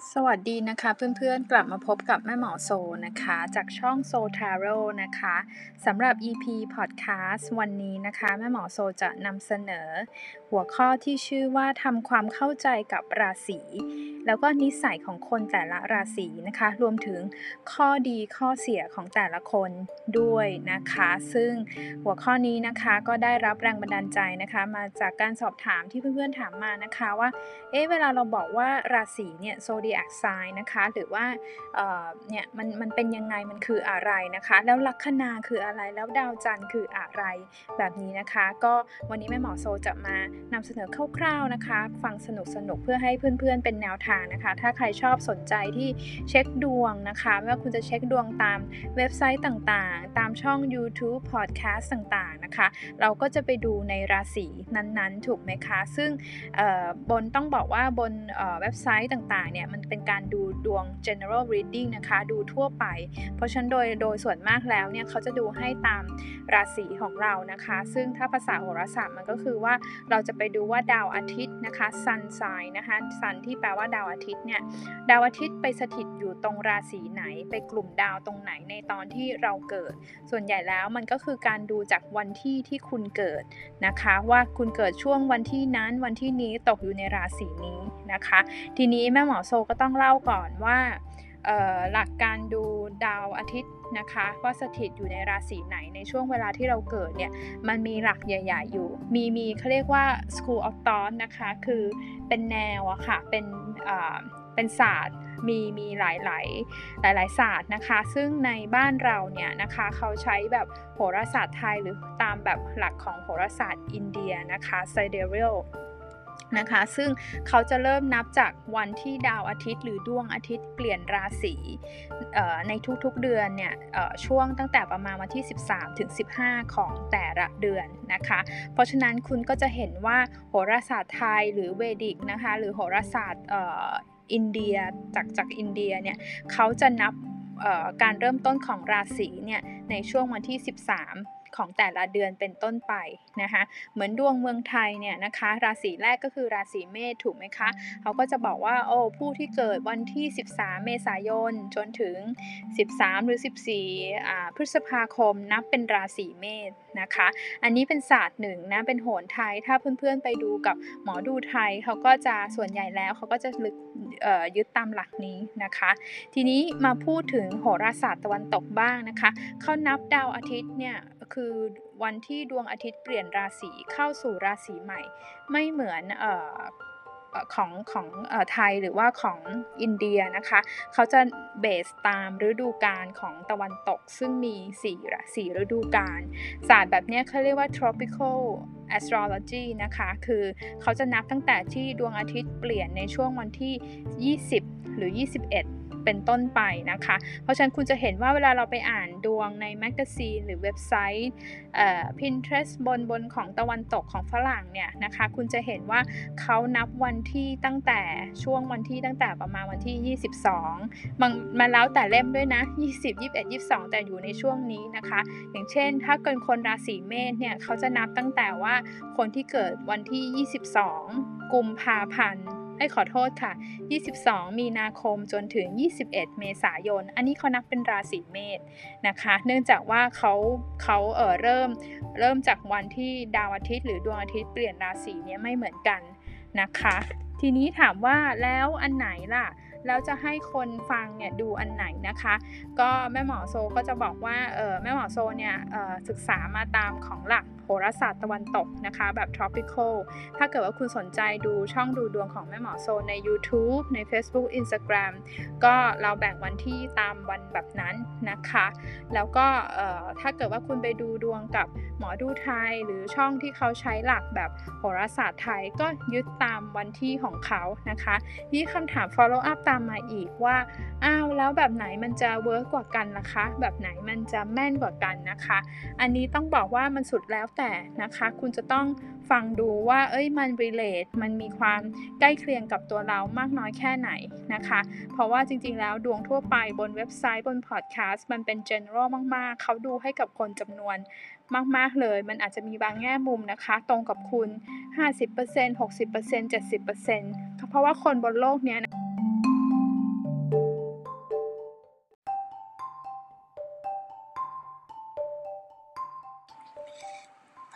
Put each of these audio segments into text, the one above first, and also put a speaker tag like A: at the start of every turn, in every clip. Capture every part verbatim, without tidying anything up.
A: สวัสดีนะคะเพื่อนๆกลับมาพบกับแม่หมอโซนะคะจากช่อง Soul Tarot นะคะสำหรับ อี พี Podcast วันนี้นะคะแม่หมอโซจะนำเสนอหัวข้อที่ชื่อว่าทำความเข้าใจกับราศีแล้วก็นิสัยของคนแต่ละราศีนะคะรวมถึงข้อดีข้อเสียของแต่ละคนด้วยนะคะซึ่งหัวข้อนี้นะคะก็ได้รับแรงบันดาลใจนะคะมาจากการสอบถามที่เพื่อนๆถามมานะคะว่าเอ๊ะเวลาเราบอกว่าราศีเนี่ย zodiac sign นะคะหรือว่าเอ่อเนี่ยมันมันเป็นยังไงมันคืออะไรนะคะแล้วลัคนาคืออะไรแล้วดาวจันทร์คืออะไรแบบนี้นะคะก็วันนี้แม่หมอโซจะมานำเสนอคร่าวๆนะคะฟังสนุกๆเพื่อให้เพื่อนๆเป็นแนวทางนะคะถ้าใครชอบสนใจที่เช็คดวงนะคะไม่ว่าคุณจะเช็คดวงตามเว็บไซต์ต่างๆตามช่อง YouTube Podcast ต่างๆนะคะเราก็จะไปดูในราศีนั้นๆถูกไหมคะซึ่งบนต้องบอกว่าบนเว็บไซต์ต่างๆเนี่ยมันเป็นการดูดวง general reading นะคะดูทั่วไปเพราะฉะนั้นโดยโดยส่วนมากแล้วเนี่ยเขาจะดูให้ตามราศีของเรานะคะซึ่งถ้าภาษาโหราศาสตร์มันก็คือว่าเราจะไปดูว่าดาวอาทิตย์นะคะ sun sign นะคะ sun ที่แปลว่าดาวอาทิตย์เนี่ยดาวอาทิตย์ไปสถิตอยู่ตรงราศีไหนไปกลุ่มดาวตรงไหนในตอนที่เราเกิดส่วนใหญ่แล้วมันก็คือการดูจากวันที่ที่คุณเกิดนะคะว่าคุณเกิดช่วงวันที่นั้นวันที่นี้ตกอยู่ในราศีนี้นะคะทีนี้แม่หมอโซก็ต้องเล่าก่อนว่าหลักการดูดาวอาทิตย์นะคะว่าสถิตอยู่ในราศีไหนในช่วงเวลาที่เราเกิดเนี่ยมันมีหลักใหญ่ๆอยู่มีมีเขาเรียกว่า school of thought นะคะคือเป็นแนวอะค่ะเป็นเป็นศาสตร์มีมีหลายหลายหลายหลายศาสตร์นะคะซึ่งในบ้านเราเนี่ยนะคะเขาใช้แบบโหราศาสตร์ไทยหรือตามแบบหลักของโหราศาสตร์อินเดียนะคะ Siderealนะคะซึ่งเขาจะเริ่มนับจากวันที่ดาวอาทิตย์หรือดวงอาทิตย์เปลี่ยนราศีในทุกๆเดือนเนี่ยช่วงตั้งแต่ประมาณวันที่สิบสามถึงสิบห้าของแต่ละเดือนนะคะเพราะฉะนั้นคุณก็จะเห็นว่าโหราศาสตร์ไทยหรือเวดิกนะคะหรือโหราศาสตร์อินเดียจากจากอินเดียเนี่ยเขาจะนับการเริ่มต้นของราศีเนี่ยในช่วงวันที่สิบสามของแต่ละเดือนเป็นต้นไปนะคะเหมือนดวงเมืองไทยเนี่ยนะคะราศีแรกก็คือราศีเมษถูกไหมคะเขาก็จะบอกว่าโอ้ผู้ที่เกิดวันที่สิบสามเมษายนจนถึงสิบสามหรือสิบสี่อ่าพฤษภาคมนับเป็นราศีเมษนะคะอันนี้เป็นศาสตร์หนึ่งนะเป็นโหราไทยถ้าเพื่อนๆไปดูกับหมอดูไทยเขาก็จะส่วนใหญ่แล้วเขาก็จะลึกยึดตามหลักนี้นะคะทีนี้มาพูดถึงโหราศาสตร์ตะวันตกบ้างนะคะเขานับดาวอาทิตย์เนี่ยคือวันที่ดวงอาทิตย์เปลี่ยนราศีเข้าสู่ราศีใหม่ไม่เหมือนเอ่อของของเอ่อไทยหรือว่าของอินเดียนะคะเขาจะเบสตามฤดูกาลของตะวันตกซึ่งมีสี่สี่ฤดูกาลศาสตร์แบบนี้เขาเรียกว่า tropical astrology นะคะคือเขาจะนับตั้งแต่ที่ดวงอาทิตย์เปลี่ยนในช่วงวันที่ยี่สิบหรือยี่สิบเอ็ดเป็นต้นไปนะคะเพราะฉะนั้นคุณจะเห็นว่าเวลาเราไปอ่านดวงในแมกกาซีนหรือเว็บไซต์เอ่อ Pinterest บนบนของตะวันตกของฝรั่งเนี่ยนะคะคุณจะเห็นว่าเขานับวันที่ตั้งแต่ช่วงวันที่ตั้งแต่ประมาณวันที่ยี่สิบสองมันมาแล้วแต่เล่มด้วยนะยี่สิบ ยี่สิบเอ็ด ยี่สิบสองแต่อยู่ในช่วงนี้นะคะอย่างเช่นถ้าเกิดคนราศีเมษเนี่ยเขาจะนับตั้งแต่ว่าคนที่เกิดวันที่ยี่สิบสองกุมภาพันธ์ให้ขอโทษค่ะยี่สิบสองมีนาคมจนถึงยี่สิบเอ็ดเมษายนอันนี้เขานับเป็นราศีเมษนะคะเนื่องจากว่าเขาเขาเอ่อเริ่มเริ่มจากวันที่ดาวอาทิตย์หรือดวงอาทิตย์เปลี่ยนราศีเนี่ยไม่เหมือนกันนะคะทีนี้ถามว่าแล้วอันไหนล่ะแล้วจะให้คนฟังเนี่ยดูอันไหนนะคะก็แม่หมอโซก็จะบอกว่าเออแม่หมอโซเนี่ยเอ่อศึกษามาตามของหลักโหราศาสตร์ตะวันตกนะคะแบบ tropical ถ้าเกิดว่าคุณสนใจดูช่องดูดวงของแม่หมอโซใน YouTube ใน Facebook Instagram ก็เราแบ่งวันที่ตามวันแบบนั้นนะคะแล้วก็เอ่อถ้าเกิดว่าคุณไปดูดวงกับหมอดูไทยหรือช่องที่เขาใช้หลักแบบโหราศาสตร์ไทยก็ยึดตามวันที่ของเขานะคะนี่คำถาม follow up ตามมาอีกว่าอ้าวแล้วแบบไหนมันจะเวิร์กกว่ากันล่ะคะแบบไหนมันจะแม่นกว่ากันนะคะอันนี้ต้องบอกว่ามันสุดแล้วแต่นะคะคุณจะต้องฟังดูว่าเอ้ยมัน relate มันมีความใกล้เคียงกับตัวเรามากน้อยแค่ไหนนะคะเพราะว่าจริงๆแล้วดวงทั่วไปบนเว็บไซต์บน podcast มันเป็น general มากๆเขาดูให้กับคนจำนวนมากๆเลยมันอาจจะมีบางแง่มุมนะคะตรงกับคุณ ห้าสิบเปอร์เซ็นต์ หกสิบเปอร์เซ็นต์ เจ็ดสิบเปอร์เซ็นต์ เพราะว่าคนบนโลกนี้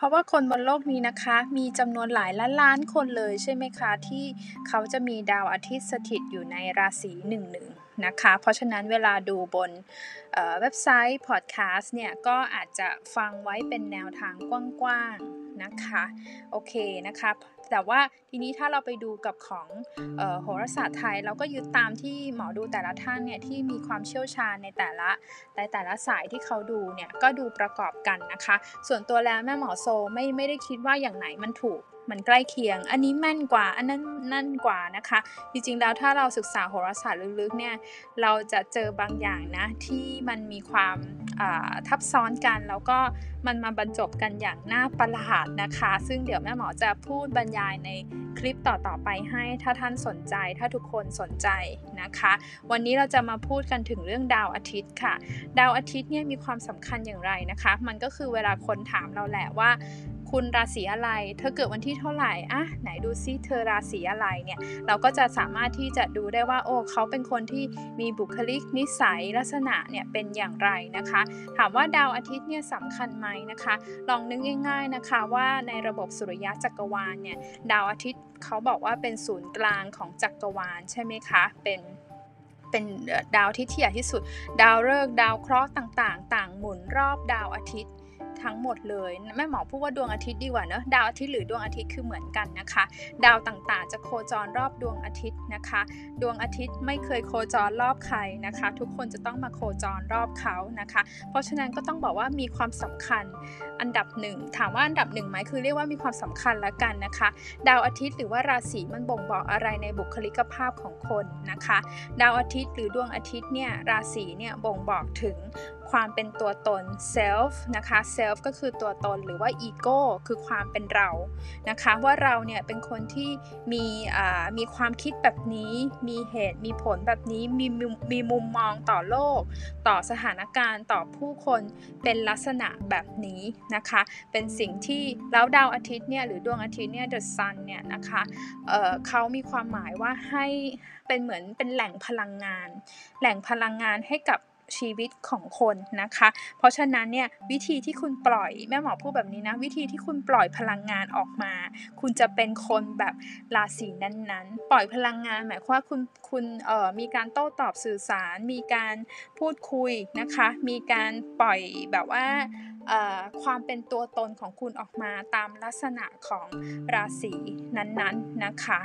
A: ราะว่าคนบนโลกนี้นะคะมีจำนวนหลายล้านล้านคนเลยใช่ไหมคะที่เขาจะมีดาวอาทิตย์สถิตอยู่ในราศีหนึ่งหนึ่งนะคะเพราะฉะนั้นเวลาดูบนเอ่อเว็บไซต์พอดแคสต์เนี่ยก็อาจจะฟังไว้เป็นแนวทางกว้างๆนะคะโอเคนะคะแต่ว่าทีนี้ถ้าเราไปดูกับของเอ่อโหราศาสตร์ไทยเราก็ยึดตามที่หมอดูแต่ละท่านเนี่ยที่มีความเชี่ยวชาญในแต่ละในแต่ละสายที่เขาดูเนี่ยก็ดูประกอบกันนะคะส่วนตัวแล้วแม่หมอโซไม่ไม่ได้คิดว่าอย่างไหนมันถูกมันใกล้เคียงอันนี้แม่นกว่าอันนั้นนั่นกว่านะคะจริงๆแล้วถ้าเราศึกษาโหราศาสตร์ลึกๆเนี่ยเราจะเจอบางอย่างนะที่มันมีความทับซ้อนกันแล้วก็มันมาบรรจบกันอย่างน่าประหลาดนะคะซึ่งเดี๋ยวแม่หมอจะพูดบรรยายในคลิปต่อๆไปให้ถ้าท่านสนใจถ้าทุกคนสนใจนะคะวันนี้เราจะมาพูดกันถึงเรื่องดาวอาทิตย์ค่ะดาวอาทิตย์เนี่ยมีความสำคัญอย่างไรนะคะมันก็คือเวลาคนถามเราแหละว่าคุณราศีอะไรเธอเกิดวันที่เท่าไหร่อ่ะไหนดูซิเธอราศีอะไรเนี่ยเราก็จะสามารถที่จะดูได้ว่าโอ้เขาเป็นคนที่มีบุคลิกนิสัยลักษณะเนี่ยเป็นอย่างไรนะคะถามว่าดาวอาทิตย์เนี่ยสำคัญไหมนะคะลองนึกง่ายๆนะคะว่าในระบบสุริยะจักรวาลเนี่ยดาวอาทิตย์เขาบอกว่าเป็นศูนย์กลางของจักรวาลใช่ไหมคะเป็นเป็นดาวที่ที่ใหญ่ที่สุดดาวฤกษ์ดาวเคราะห์ต่างๆต่างหมุนรอบดาวอาทิตย์ทั้งหมดเลยแม่หมอพูดว่าดวงอาทิตย์ดีกว่าเนอะดาวอาทิตย์หรือดวงอาทิตย์คือเหมือนกันนะคะดาวต่างๆจะโคจรรอบดวงอาทิตย์นะคะดวงอาทิตย์ไม่เคยโคจรรอบใครนะคะทุกคนจะต้องมาโคจรรอบเขานะคะเพราะฉะนั้นก็ต้องบอกว่ามีความสำคัญอันดับหนึ่งถามว่าอันดับหนึ่งไหมคือเรียกว่ามีความสำคัญแล้วกันนะคะดาวอาทิตย์หรือว่าราศีมันบ่งบอกอะไรในบุคลิกภาพของคนนะคะดาวอาทิตย์หรือดวงอาทิตย์เนี่ยราศีเนี่ยบ่งบอกถึงความเป็นตัวตน self นะคะ self ก็คือตัวตนหรือว่า ego คือความเป็นเรานะคะว่าเราเนี่ยเป็นคนที่มีมีความคิดแบบนี้มีเหตุมีผลแบบนี้มีมีมุมมองต่อโลกต่อสถานการณ์ต่อผู้คนเป็นลักษณะแบบนี้นะคะเป็นสิ่งที่แล้วดาวอาทิตย์เนี่ยหรือดวงอาทิตย์เนี่ย the sun เนี่ยนะคะเอ่อเขามีความหมายว่าให้เป็นเหมือนเป็นแหล่งพลังงานแหล่งพลังงานให้กับชีวิตของคนนะคะเพราะฉะนั้นเนี่ยวิธีที่คุณปล่อยแม่หมอพูดแบบนี้นะวิธีที่คุณปล่อยพลังงานออกมาคุณจะเป็นคนแบบราศีนั้นๆปล่อยพลังงานหมายความว่าคุณคุณเอ่อมีการโต้ตอบสื่อสารมีการพูดคุยนะคะมีการปล่อยแบบว่าเอ่อความเป็นตัวตนของคุณออกมาตามลักษณะของราศีนั้นๆนะคะ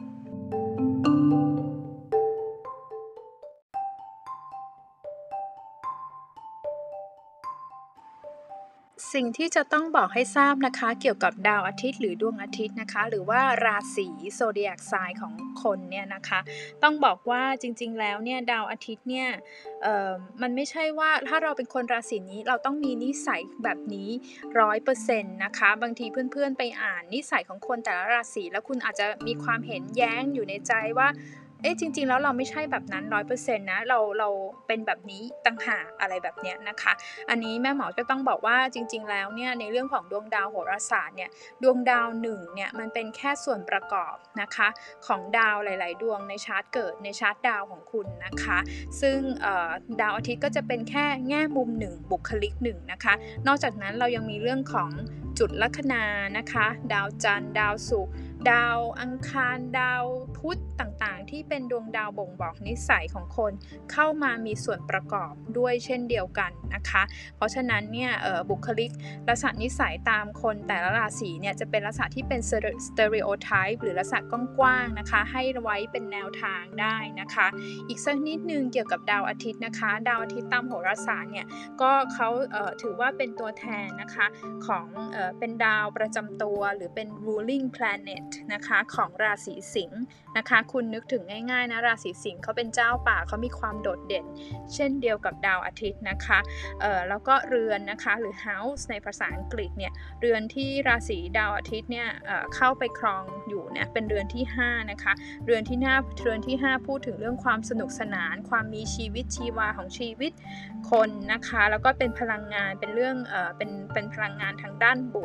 A: สิ่งที่จะต้องบอกให้ทราบนะคะเกี่ยวกับดาวอาทิตย์หรือดวงอาทิตย์นะคะหรือว่าราศีโซเดียกไซน์ของคนเนี่ยนะคะต้องบอกว่าจริงๆแล้วเนี่ยดาวอาทิตย์เนี่ยเอ่อมันไม่ใช่ว่าถ้าเราเป็นคนราศีนี้เราต้องมีนิสัยแบบนี้ ร้อยเปอร์เซ็นต์ นะคะบางทีเพื่อนๆไปอ่านนิสัยของคนแต่ละราศีแล้วคุณอาจจะมีความเห็นแย้งอยู่ในใจว่าเอ๊ะจริงๆแล้วเราไม่ใช่แบบนั้น ร้อยเปอร์เซ็นต์ นะเราเราเป็นแบบนี้ต่างหากอะไรแบบเนี้ยนะคะอันนี้แม่หมอก็ต้องบอกว่าจริงๆแล้วเนี่ยในเรื่องของดวงดาวโหราศาสตร์เนี่ยดวงดาวหนึ่งเนี่ยมันเป็นแค่ส่วนประกอบนะคะของดาวหลายๆดวงในชาร์ตเกิดในชาร์ตดาวของคุณนะคะซึ่งดาวอาทิตย์ก็จะเป็นแค่แง่มุมหนึ่งบุคลิกหนึ่งนะคะนอกจากนั้นเรายังมีเรื่องของจุดลัคนานะคะดาวจันทร์ดาวศุกร์ดาวอังคารดาวพุธต่างๆที่เป็นดวงดาวบ่งบอกนิสัยของคนเข้ามามีส่วนประกอบด้วยเช่นเดียวกันนะคะเพราะฉะนั้นเนี่ยบุคลิกลักษณะนิสัยตามคนแต่ละราศีเนี่ยจะเป็นลักษณะที่เป็น stereotype หรือลักษณะกว้างๆนะคะให้ไว้เป็นแนวทางได้นะคะอีกสักนิดนึงเกี่ยวกับดาวอาทิตย์นะคะดาวอาทิตย์ตามโหราศาสตร์เนี่ยก็เขาเอ่อถือว่าเป็นตัวแทนนะคะของเอ่อเป็นดาวประจำตัวหรือเป็น ruling planet นะคะของราศีสิงห์นะคะคุณนึกถึงง่ายๆนะราศีสิงห์เขาเป็นเจ้าป่าเขามีความโดดเด่นเช่นเดียวกับดาวอาทิตย์นะคะเอ่อแล้วก็เรือนนะคะหรือ house ในภาษาอังกฤษเนี่ยเรือนที่ราศีดาวอาทิตย์เนี่ยเอ่อเข้าไปครองอยู่เนี่ยเป็นเรือนที่ห้านะคะเรือนที่ห้าเรือนที่ห้าพูดถึงเรื่องความสนุกสนานความมีชีวิตชีวาของชีวิตคนนะคะแล้วก็เป็นพลังงานเป็นเรื่องเอ่อเป็นเป็นพลังงานทางด้านบวก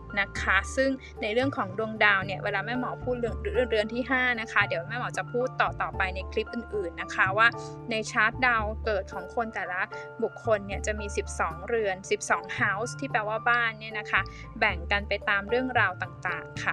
A: นะคะซึ่งในเรื่องของดวงดาวเนี่ยเวลาแม่หมอพูดเรื่องเรือนที่ห้านะคะเดี๋ยวแม่หมอจะพูดต่อต่อไปในคลิปอื่นๆนะคะว่าในชาร์ตดาวเกิดของคนแต่ละบุคคลเนี่ยจะมีสิบสองเรือนสิบสอง house ที่แปลว่าบ้านเนี่ยนะคะแบ่งกันไปตามเรื่องราวต่างๆค่ะ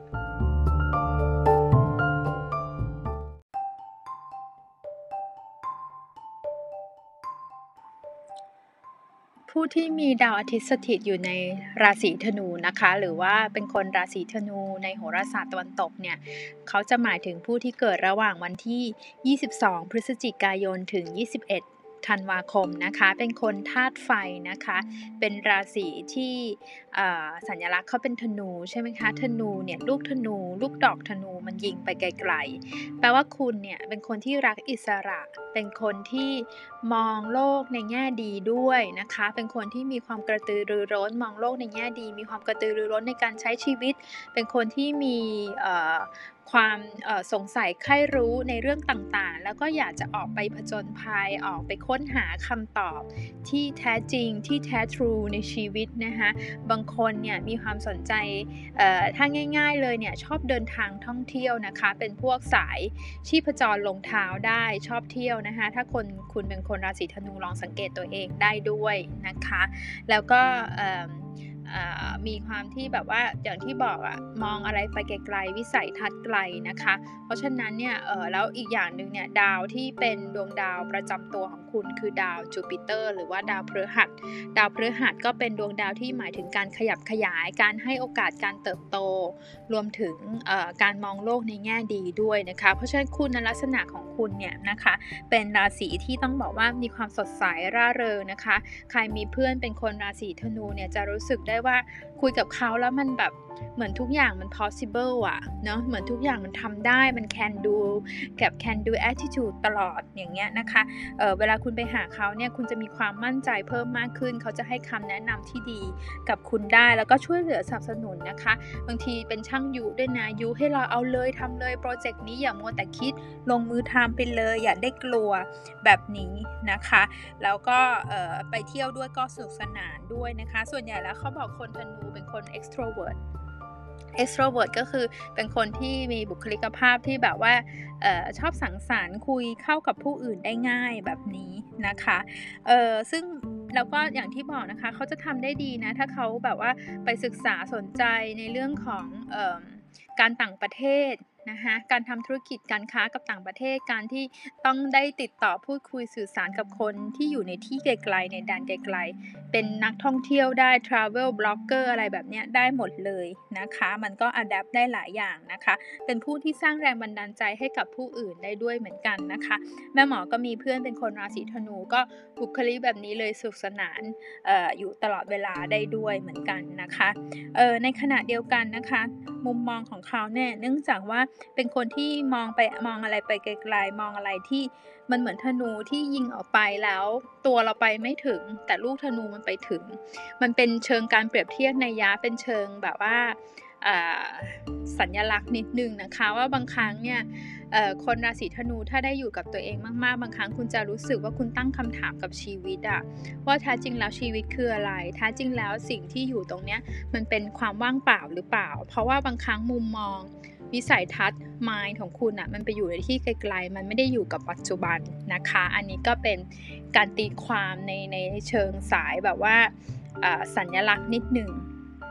A: ผู้ที่มีดาวอาทิตย์สถิตอยู่ในราศีธนูนะคะหรือว่าเป็นคนราศีธนูในโหราศาสตร์ตะวันตกเนี่ยเขาจะหมายถึงผู้ที่เกิดระหว่างวันที่ยี่สิบสองพฤศจิกายนถึงยี่สิบเอ็ดธันวาคมนะคะเป็นคนธาตุไฟนะคะเป็นราศีที่สัญลักษณ์เขาเป็นธนูใช่ไหมคะธนูเนี่ยลูกธนูลูกดอกธนูมันยิงไปไกลๆแปลว่าคุณเนี่ยเป็นคนที่รักอิสระเป็นคนที่มองโลกในแง่ดีด้วยนะคะเป็นคนที่มีความกระตือรือร้นมองโลกในแง่ดีมีความกระตือรือร้นในการใช้ชีวิตเป็นคนที่มีความสงสัยใคร่รู้ในเรื่องต่างๆแล้วก็อยากจะออกไปผจญภัยออกไปค้นหาคำตอบที่แท้จริงที่แท้ทรูในชีวิตนะคะบางคนเนี่ยมีความสนใจถ้าง่ายๆเลยเนี่ยชอบเดินทางท่องเที่ยวนะคะเป็นพวกสายชีพจรลงเท้าได้ชอบเที่ยวนะคะถ้าคนคุณเป็นคนราศีธนูลองสังเกตตัวเองได้ด้วยนะคะแล้วก็มีความที่แบบว่าอย่างที่บอกอะมองอะไรไปไกลๆวิสัยทัศน์ไกลนะคะเพราะฉะนั้นเนี่ยเออแล้วอีกอย่างนึงเนี่ยดาวที่เป็นดวงดาวประจำตัวของคุณคือดาวจูปิเตอร์หรือว่าดาวพฤหัสดาวพฤหัสก็เป็นดวงดาวที่หมายถึงการขยับขยายการให้โอกาสการเติบโตรวมถึงการมองโลกในแง่ดีด้วยนะคะเพราะฉะนั้นคุณลักษณะของคุณเนี่ยนะคะเป็นราศีที่ต้องบอกว่ามีความสดใสร่าเริงนะคะใครมีเพื่อนเป็นคนราศีธนูเนี่ยจะรู้สึกได้ว่าคุยกับเขาแล้วมันแบบเหมือนทุกอย่างมัน possible อะเนาะเหมือนทุกอย่างมันทำได้มัน can do กับ can do attitude ตลอดอย่างเงี้ยนะคะเอ่อเวลาคุณไปหาเขาเนี่ยคุณจะมีความมั่นใจเพิ่มมากขึ้นเขาจะให้คำแนะนำที่ดีกับคุณได้แล้วก็ช่วยเหลือสนับสนุนนะคะบางทีเป็นช่างยุด้วยนะยุให้เราเอาเลยทำเลยโปรเจกต์นี้อย่ามัวแต่คิดลงมือทำไปเลยอย่าได้กลัวแบบนี้นะคะแล้วก็เอ่อไปเที่ยวด้วยก็สนุกสนานด้วยนะคะส่วนใหญ่แล้วเขาบอกคนธนูเป็นคน extrovert extrovert ก็คือเป็นคนที่มีบุคลิกภาพที่แบบว่าเอ่อชอบสังสรรค์คุยเข้ากับผู้อื่นได้ง่ายแบบนี้นะคะเอ่อซึ่งแล้วก็อย่างที่บอกนะคะเขาจะทำได้ดีนะถ้าเขาแบบว่าไปศึกษาสนใจในเรื่องของเอ่อการต่างประเทศนะคะการทำธุรกิจการค้ากับต่างประเทศการที่ต้องได้ติดต่อพูดคุยสื่อสารกับคนที่อยู่ในที่ไกลๆในแดนไกลๆเป็นนักท่องเที่ยวได้ travel blogger อะไรแบบนี้ได้หมดเลยนะคะมันก็ adapt ได้หลายอย่างนะคะเป็นผู้ที่สร้างแรงบันดาลใจให้กับผู้อื่นได้ด้วยเหมือนกันนะคะแม่หมอก็มีเพื่อนเป็นคนราศีธนูก็บุคลิกแบบนี้เลยสุขสนาน เอ่อ อยู่ตลอดเวลาได้ด้วยเหมือนกันนะคะเอ่อในขณะเดียวกันนะคะมุมมองของเขาเนี่ยเนื่องจากว่าเป็นคนที่มองไปมองอะไรไปไกลๆมองอะไรที่มันเหมือนธนูที่ยิงออกไปแล้วตัวเราไปไม่ถึงแต่ลูกธนูมันไปถึงมันเป็นเชิงการเปรียบเทียบนัยยะเป็นเชิงแบบว่าสัญลักษณ์นิดนึงนะคะว่าบางครั้งเนี่ยคนราศีธนูถ้าได้อยู่กับตัวเองมากๆบางครั้งคุณจะรู้สึกว่าคุณตั้งคำถามกับชีวิตอะว่าแท้จริงแล้วชีวิตคืออะไรแท้จริงแล้วสิ่งที่อยู่ตรงเนี้ยมันเป็นความว่างเปล่าหรือเปล่าเพราะว่าบางครั้งมุมมองวิสัยทัศน์ mind ของคุณอะมันไปอยู่ในที่ไกลๆมันไม่ได้อยู่กับปัจจุบันนะคะอันนี้ก็เป็นการตีความในในเชิงสายแบบว่าสัญลักษณ์นิดหนึ่ง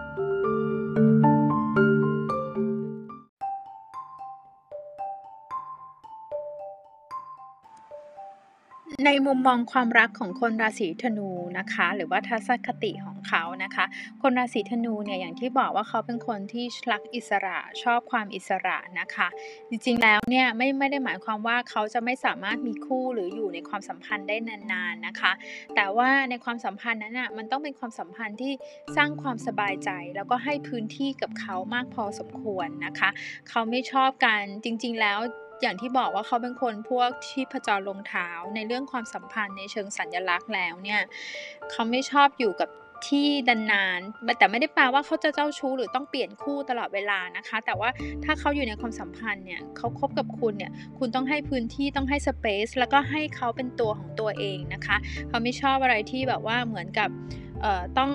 A: ในมุมมองความรักของคนราศีธนูนะคะหรือว่าทัศนคติของเขานะคะคนราศีธนูเนี่ยอย่างที่บอกว่าเขาเป็นคนที่รักอิสระชอบความอิสระนะคะจริงๆแล้วเนี่ยไม่ไม่ได้หมายความว่าเขาจะไม่สามารถมีคู่หรืออยู่ในความสัมพันธ์ได้นานๆนะคะแต่ว่าในความสัมพันธ์นั้นน่ะมันต้องเป็นความสัมพันธ์ที่สร้างความสบายใจแล้วก็ให้พื้นที่กับเขามากพอสมควรนะคะเขาไม่ชอบการจริงๆแล้วอย่างที่บอกว่าเขาเป็นคนพวกชีพจรลงเท้าในเรื่องความสัมพันธ์ในเชิงสัญลักษณ์แล้วเนี่ยเขาไม่ชอบอยู่กับที่นานๆแต่ไม่ได้แปลว่าเขาจะเจ้าชู้หรือต้องเปลี่ยนคู่ตลอดเวลานะคะแต่ว่าถ้าเขาอยู่ในความสัมพันธ์เนี่ยเขาคบกับคุณเนี่ยคุณต้องให้พื้นที่ต้องให้สเปซแล้วก็ให้เขาเป็นตัวของตัวเองนะคะเขาไม่ชอบอะไรที่แบบว่าเหมือนกับเอ่อต้อง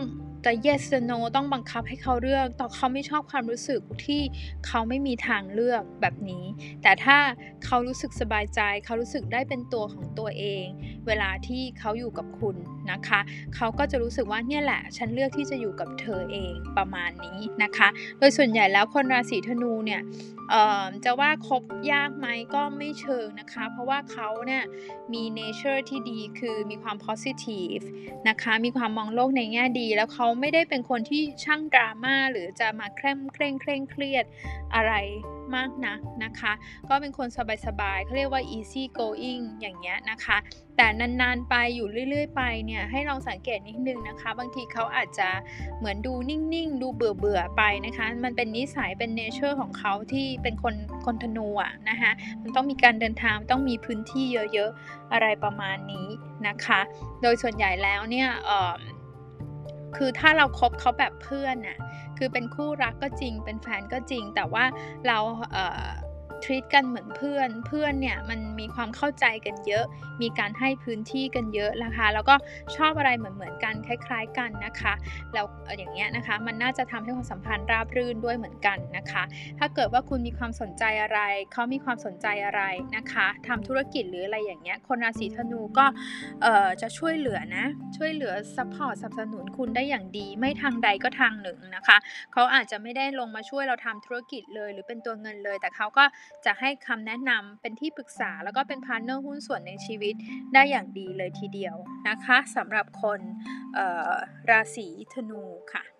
A: จะ yes จะ no ต้องบังคับให้เขาเลือกแต่เขาไม่ชอบความรู้สึกที่เขาไม่มีทางเลือกแบบนี้แต่ถ้าเขารู้สึกสบายใจเขารู้สึกได้เป็นตัวของตัวเองเวลาที่เขาอยู่กับคุณนะคะเขาก็จะรู้สึกว่าเนี่ยแหละฉันเลือกที่จะอยู่กับเธอเองประมาณนี้นะคะโดยส่วนใหญ่แล้วคนราศีธนูเนี่ยเอ่อจะว่าคบยากไหมก็ไม่เชิงนะคะเพราะว่าเขาเนี่ยมี nature ที่ดีคือมีความ positive นะคะมีความมองโลกในแง่ดีแล้วเขาไม่ได้เป็นคนที่ช่างดราม่าหรือจะมาเคร่งเคร่งเคร่งเครียดอะไรมากนักนะคะก็เป็นคนสบายๆเขาเรียกว่า easy going อย่างเงี้ยนะคะแต่นานๆไปอยู่เรื่อยๆไปเนี่ยให้ลองสังเกตนิดนึงนะคะบางทีเขาอาจจะเหมือนดูนิ่งๆดูเบื่อๆไปนะคะมันเป็นนิสัยเป็น nature ของเขาที่เป็นคนคนธนูอะนะคะมันต้องมีการเดินทางต้องมีพื้นที่เยอะๆอะไรประมาณนี้นะคะโดยส่วนใหญ่แล้วเนี่ยเอ่อคือถ้าเราคบเขาแบบเพื่อนน่ะคือเป็นคู่รักก็จริงเป็นแฟนก็จริงแต่ว่าเราเอ่อ treat กันเหมือนเพื่อนเพื่อนเนี่ยมันมีความเข้าใจกันเยอะมีการให้พื้นที่กันเยอะนะคะแล้วก็ชอบอะไรเหมือนๆกันคล้ายๆกันนะคะแล้วอย่างเงี้ยนะคะมันน่าจะทำให้ความสัมพันธ์ราบรื่นด้วยเหมือนกันนะคะถ้าเกิดว่าคุณมีความสนใจอะไรเขามีความสนใจอะไรนะคะทำธุรกิจหรืออะไรอย่างเงี้ยคนราศีธนูก็เอ่อจะช่วยเหลือนะช่วยเหลือซัพพอร์ตสนับสนุนคุณได้อย่างดีไม่ทางใดก็ทางหนึ่งนะคะเขาอาจจะไม่ได้ลงมาช่วยเราทำธุรกิจเลยหรือเป็นตัวเงินเลยแต่เขาก็จะให้คำแนะนำเป็นที่ปรึกษาแล้วก็เป็นพาร์ทเนอร์หุ้นส่วนในชีวิตได้อย่างดีเลยทีเดียวนะคะสำหรับคนเอ่อราศีธนูค่ะ